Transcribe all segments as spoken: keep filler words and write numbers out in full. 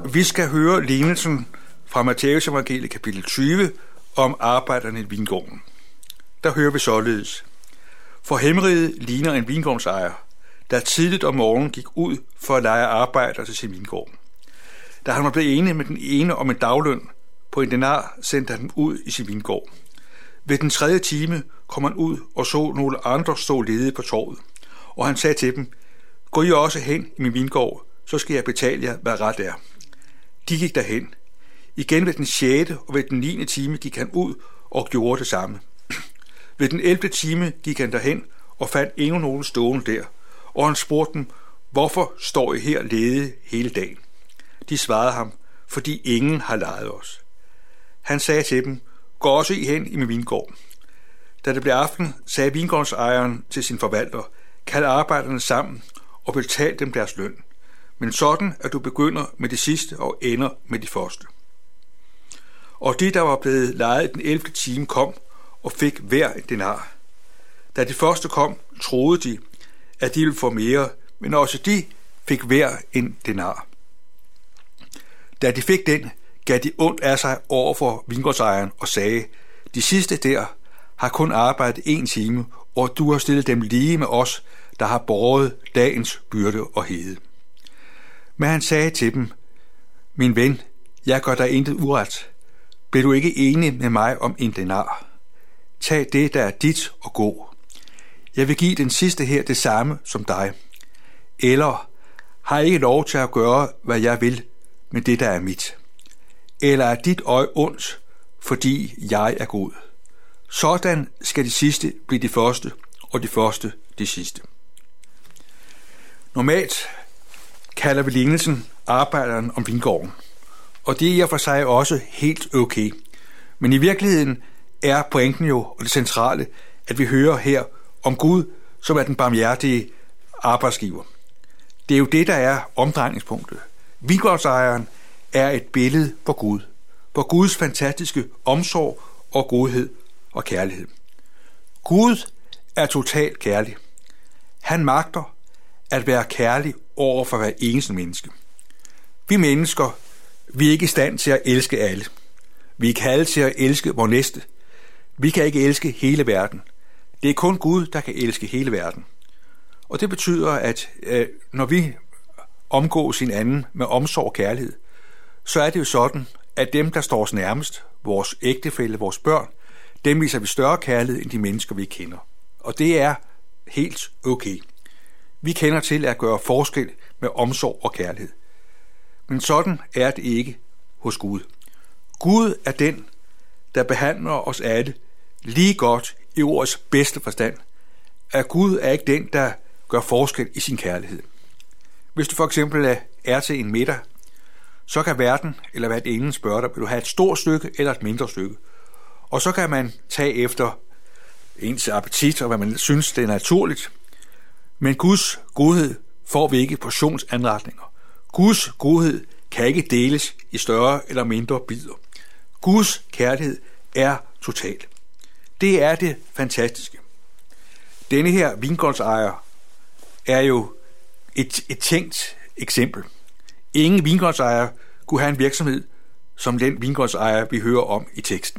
Vi skal høre lignelsen fra Matthæus evangeliet kapitel tyve om arbejderne i vingården. Der hører vi således. For himmeriget ligner en vingårdsejer, der tidligt om morgenen gik ud for at leje arbejder til sin vingård. Da han var blevet enig med den ene om en dagløn på en denar, sendte han dem ud i sin vingård. Ved den tredje time kom han ud og så nogle andre stå ledige på torvet, og han sagde til dem, gå I også hen i min vingård, så skal jeg betale jer, hvad ret er. De gik derhen. Igen ved den sjette og ved den niende time gik han ud og gjorde det samme. Ved den ellevte time gik han derhen og fandt endnu nogen stående der, og han spurgte dem, hvorfor står I her ledige hele dagen? De svarede ham, fordi ingen har lejet os. Han sagde til dem, gå også I hen i min vingård. Da det blev aften, sagde vingårdsejeren til sin forvalter, kald arbejderne sammen og betal dem deres løn, men sådan, at du begynder med det sidste og ender med de første. Og de, der var blevet lejet den ellevte time, kom og fik hver en denar. Da de første kom, troede de, at de ville få mere, men også de fik hver en denar. Da de fik den, gav de ondt af sig over for vingårdsejeren og sagde, de sidste der har kun arbejdet en time, og du har stillet dem lige med os, der har båret dagens byrde og hede. Men han sagde til dem, min ven, jeg gør dig intet uret. Bliver du ikke enig med mig om en denar? Tag det, der er dit, og gå. Jeg vil give den sidste her det samme som dig. Eller har jeg ikke lov til at gøre, hvad jeg vil med det, der er mit? Eller er dit øje ondt, fordi jeg er god? Sådan skal de sidste blive de første, og de første de sidste. Normalt kalder vi lignelsen arbejderen om vingården, og det er i og for sig også helt okay. Men i virkeligheden er pointen jo, og det centrale, at vi hører her om Gud, som er den barmhjertige arbejdsgiver. Det er jo det, der er omdrejningspunktet. Vingårdsejeren er et billede på Gud, på Guds fantastiske omsorg og godhed og kærlighed. Gud er totalt kærlig. Han magter at være kærlig over for hver eneste menneske. Vi mennesker, vi er ikke i stand til at elske alle. Vi er kaldet til at elske vores næste. Vi kan ikke elske hele verden. Det er kun Gud, der kan elske hele verden. Og det betyder, at øh, når vi omgås hinanden med omsorg og kærlighed, så er det jo sådan, at dem, der står os nærmest, vores ægtefælle, vores børn, dem viser vi større kærlighed end de mennesker, vi kender. Og det er helt okay. Vi kender til at gøre forskel med omsorg og kærlighed. Men sådan er det ikke hos Gud. Gud er den, der behandler os alle lige godt i ordets bedste forstand. At Gud er ikke den, der gør forskel i sin kærlighed. Hvis du for eksempel er til en middag, så kan verden eller hvert ene spørge dig, vil du have et stort stykke eller et mindre stykke? Og så kan man tage efter ens appetit og hvad man synes, det er naturligt. Men Guds godhed får vi ikke portionsanretninger. Guds godhed kan ikke deles i større eller mindre bidder. Guds kærlighed er total. Det er det fantastiske. Denne her vingårdsejer er jo et, et tænkt eksempel. Ingen vingårdsejer kunne have en virksomhed som den vingårdsejer, vi hører om i teksten.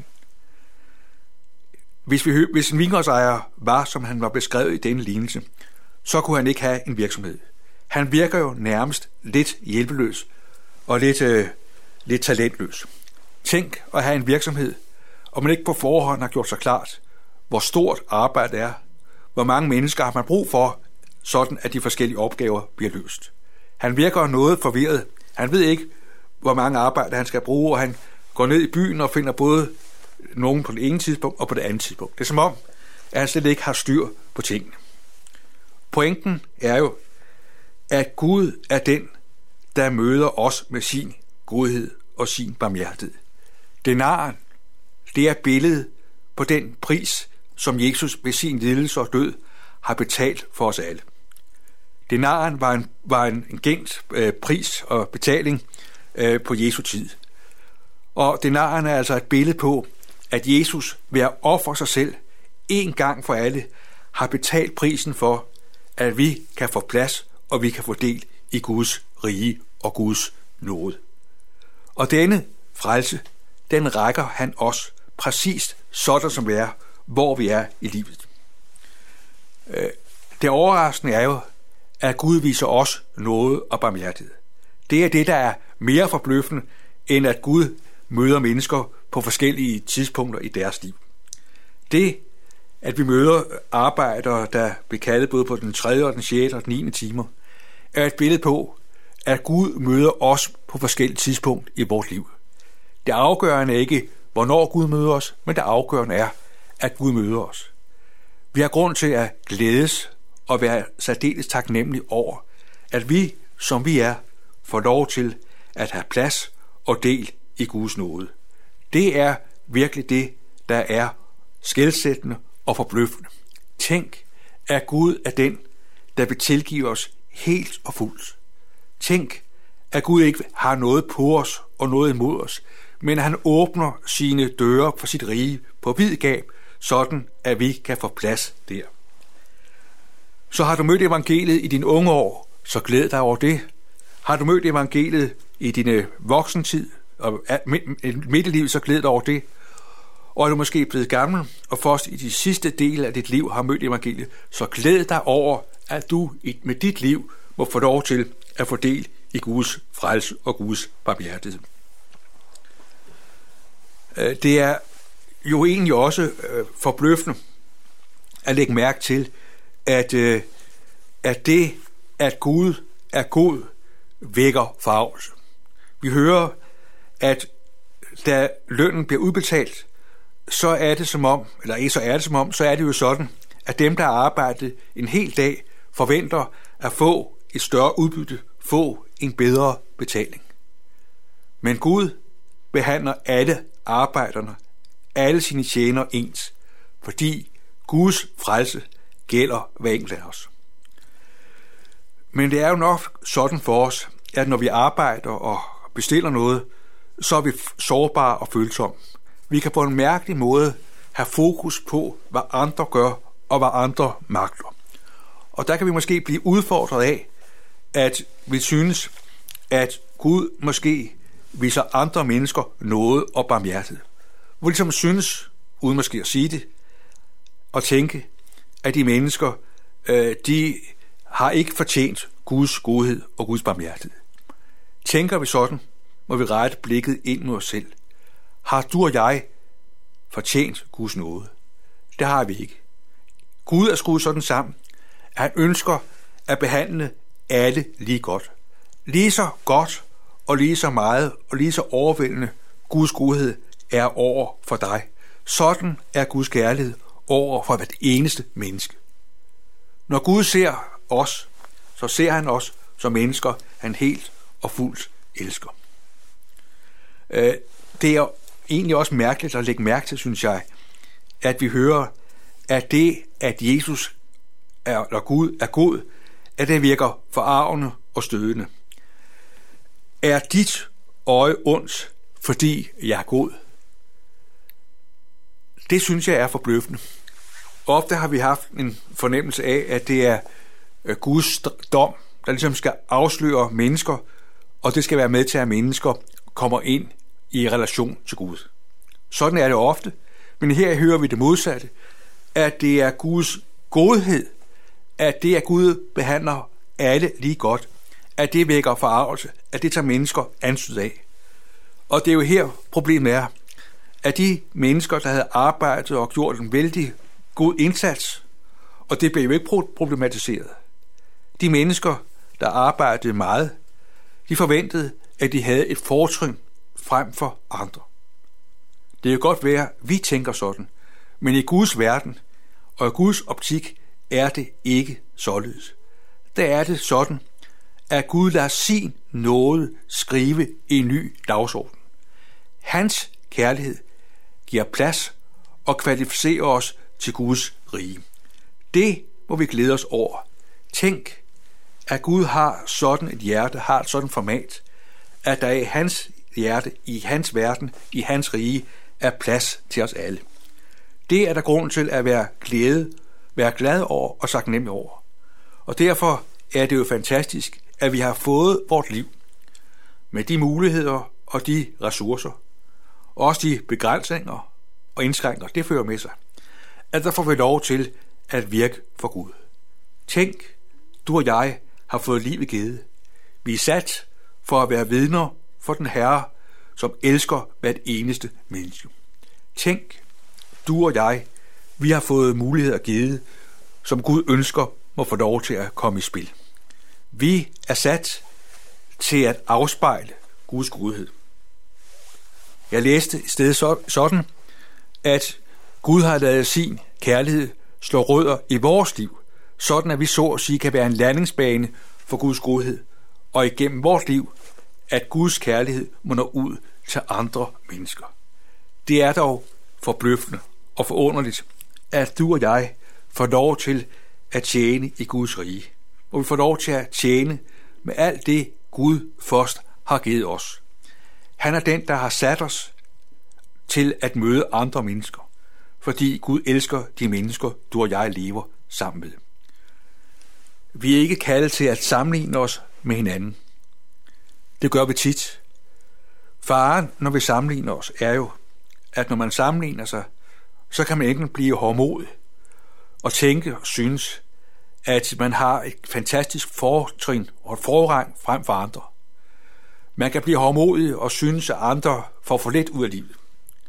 Hvis, vi, hvis en vingårdsejer var, som han var beskrevet i denne lignelse, så kunne han ikke have en virksomhed. Han virker jo nærmest lidt hjælpeløs og lidt, øh, lidt talentløs. Tænk at have en virksomhed, og man ikke på forhånd har gjort sig klart, hvor stort arbejdet er, hvor mange mennesker har man brug for, sådan at de forskellige opgaver bliver løst. Han virker noget forvirret. Han ved ikke, hvor mange arbejder han skal bruge, og han går ned i byen og finder både nogen på det ene tidspunkt og på det andet tidspunkt. Det er som om, at han slet ikke har styr på tingene. Pointen er jo, at Gud er den, der møder os med sin godhed og sin barmhjertighed. Denaren, det er billedet på den pris, som Jesus ved sin lidelse og død har betalt for os alle. Denaren var en, var en, en gængt øh, pris og betaling øh, på Jesu tid. Og denaren er altså et billede på, at Jesus ved at ofre sig selv en gang for alle har betalt prisen for, at vi kan få plads og vi kan få del i Guds rige og Guds nåde. Og denne frelse, den rækker han os præcist sådan som vi er, hvor vi er i livet. Det overraskende er jo, at Gud viser os noget og barmhjertighed. Det er det, der er mere forbløffende, end at Gud møder mennesker på forskellige tidspunkter i deres liv. Det, at vi møder arbejdere, der bliver kaldet både på den tredje og den sjette og den niende timer, er et billede på, at Gud møder os på forskellige tidspunkter i vores liv. Det afgørende er ikke, hvornår Gud møder os, men det afgørende er, at Gud møder os. Vi har grund til at glædes og være særdeles taknemmelige over, at vi, som vi er, får lov til at have plads og del i Guds nåde. Det er virkelig det, der er skelsættende og forbløffende. Tænk, at Gud er den, der vil tilgive os helt og fuldt. Tænk, at Gud ikke har noget på os og noget imod os, men han åbner sine døre for sit rige på vid gab, sådan at vi kan få plads der. Så har du mødt evangeliet i dine unge år, så glæd dig over det. Har du mødt evangeliet i dine voksentid og midt i livet, så glæd dig over det. Og er du måske blevet gammel, og først i de sidste dele af dit liv har mødt evangeliet, så glæd dig over, at du med dit liv må få lov til at få del i Guds frelse og Guds barmhjertighed. Det er jo egentlig også forbløffende at lægge mærke til, at, at det, at Gud er god, vækker forargelse. Vi hører, at da lønnen bliver udbetalt, så er det som om, eller ikke så er det som om, så er det jo sådan, at dem, der har arbejdet en hel dag, forventer at få et større udbytte, få en bedre betaling. Men Gud behandler alle arbejderne, alle sine tjenere ens, fordi Guds frelse gælder hver enkelt af os. Men det er jo nok sådan for os, at når vi arbejder og bestiller noget, så er vi sårbare og følsomme. Vi kan på en mærkelig måde have fokus på, hvad andre gør og hvad andre magter. Og der kan vi måske blive udfordret af, at vi synes, at Gud måske viser andre mennesker noget og barmhjertighed. Vi ligesom synes, uden måske at sige det, og tænke, at de mennesker, de har ikke fortjent Guds godhed og Guds barmhjertighed. Tænker vi sådan, må vi rette blikket ind mod os selv. Har du og jeg fortjent Guds nåde? Det har vi ikke. Gud er skruet sådan sammen, at han ønsker at behandle alle lige godt. Lige så godt og lige så meget og lige så overvældende Guds godhed er over for dig. Sådan er Guds kærlighed over for hvert eneste menneske. Når Gud ser os, så ser han os som mennesker, han helt og fuldt elsker. Det er egentlig også mærkeligt at lægge mærke til, synes jeg, at vi hører, at det, at Jesus er, eller Gud er god, at det virker forargende og stødende. Er dit øje ondt, fordi jeg er god? Det synes jeg er forbløffende. Ofte har vi haft en fornemmelse af, at det er Guds dom, der ligesom skal afsløre mennesker, og det skal være med til, at mennesker kommer ind i relation til Gud. Sådan er det ofte, men her hører vi det modsatte, at det er Guds godhed, at det, at Gud behandler alle lige godt, at det vækker forargelse, at det tager mennesker ansigt af. Og det er jo her problemet er, at de mennesker, der havde arbejdet og gjort en vældig god indsats, og det blev jo ikke problematiseret. De mennesker, der arbejdede meget, de forventede, at de havde et fortrin frem for andre. Det kan godt være, at vi tænker sådan, men i Guds verden og i Guds optik er det ikke således. Der er det sådan, at Gud lader sin nåde skrive en ny dagsorden. Hans kærlighed giver plads og kvalificerer os til Guds rige. Det må vi glæde os over. Tænk, at Gud har sådan et hjerte, har et sådan format, at der i hans hjerte, i hans verden, i hans rige, er plads til os alle. Det er der grund til at være glæde, være glad over og sagt nemt over. Og derfor er det jo fantastisk, at vi har fået vort liv med de muligheder og de ressourcer, og også de begrænsninger og indskrænkninger, det fører med sig, at der får vi lov til at virke for Gud. Tænk, du og jeg har fået livet givet. Vi er sat for at være vidner for den Herre, som elsker hvert eneste menneske. Tænk, du og jeg, vi har fået muligheder givet, som Gud ønsker må få lov til at komme i spil. Vi er sat til at afspejle Guds godhed. Jeg læste i stedet sådan, at Gud har ladet sin kærlighed slå rødder i vores liv, sådan at vi så at sige kan være en landingsbane for Guds godhed, og igennem vores liv, at Guds kærlighed må nå ud til andre mennesker. Det er dog forbløffende og forunderligt, at du og jeg får lov til at tjene i Guds rige, hvor vi får lov til at tjene med alt det, Gud først har givet os. Han er den, der har sat os til at møde andre mennesker, fordi Gud elsker de mennesker, du og jeg lever sammen med. Vi er ikke kaldet til at sammenligne os med hinanden. Det gør vi tit. Faren, når vi sammenligner os, er jo, at når man sammenligner sig, så kan man enten blive hårdmodig og tænke og synes, at man har et fantastisk fortrin og et forrang frem for andre. Man kan blive hårdmodig og synes, at andre får for lidt ud af livet.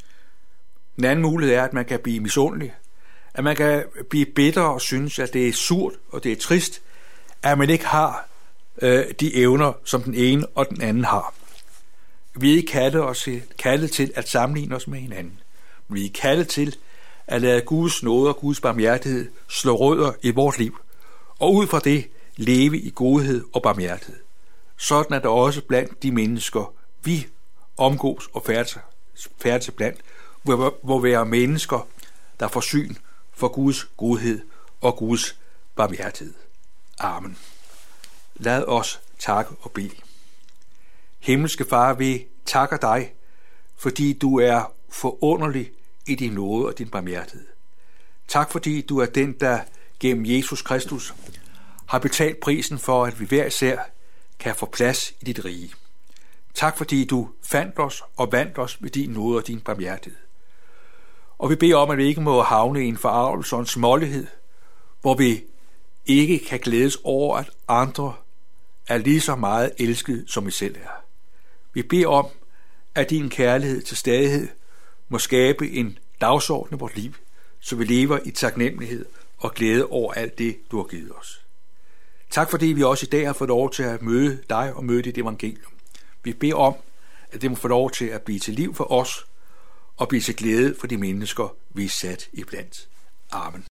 En anden mulighed er, at man kan blive misundelig, at man kan blive bitter og synes, at det er surt og det er trist, at man ikke har øh, de evner, som den ene og den anden har. Vi er ikke kaldet, os, kaldet til at sammenligne os med hinanden. Vi er kaldet til at lade Guds nåde og Guds barmhjertighed slå rødder i vores liv, og ud fra det leve i godhed og barmhjertighed. Sådan er der også blandt de mennesker, vi omgås og færdes blandt, hvor være mennesker, der får syn for Guds godhed og Guds barmhjertighed. Amen. Lad os takke og bede. Himmelske Far, vi takker dig, fordi du er forunderlig i din nåde og din barmhjertighed. Tak fordi du er den, der gennem Jesus Kristus har betalt prisen for, at vi hver især kan få plads i dit rige. Tak fordi du fandt os og vandt os med din nåde og din barmhjertighed. Og vi beder om, at vi ikke må havne i en forarvelse og en smålighed, hvor vi ikke kan glædes over, at andre er lige så meget elsket, som vi selv er. Vi beder om, at din kærlighed til stadighed må skabe en dagsorden i vores liv, så vi lever i taknemmelighed og glæde over alt det, du har givet os. Tak fordi vi også i dag har fået lov til at møde dig og møde dit evangelium. Vi beder om, at det må få lov til at blive til liv for os og blive til glæde for de mennesker, vi er sat iblandt. Amen.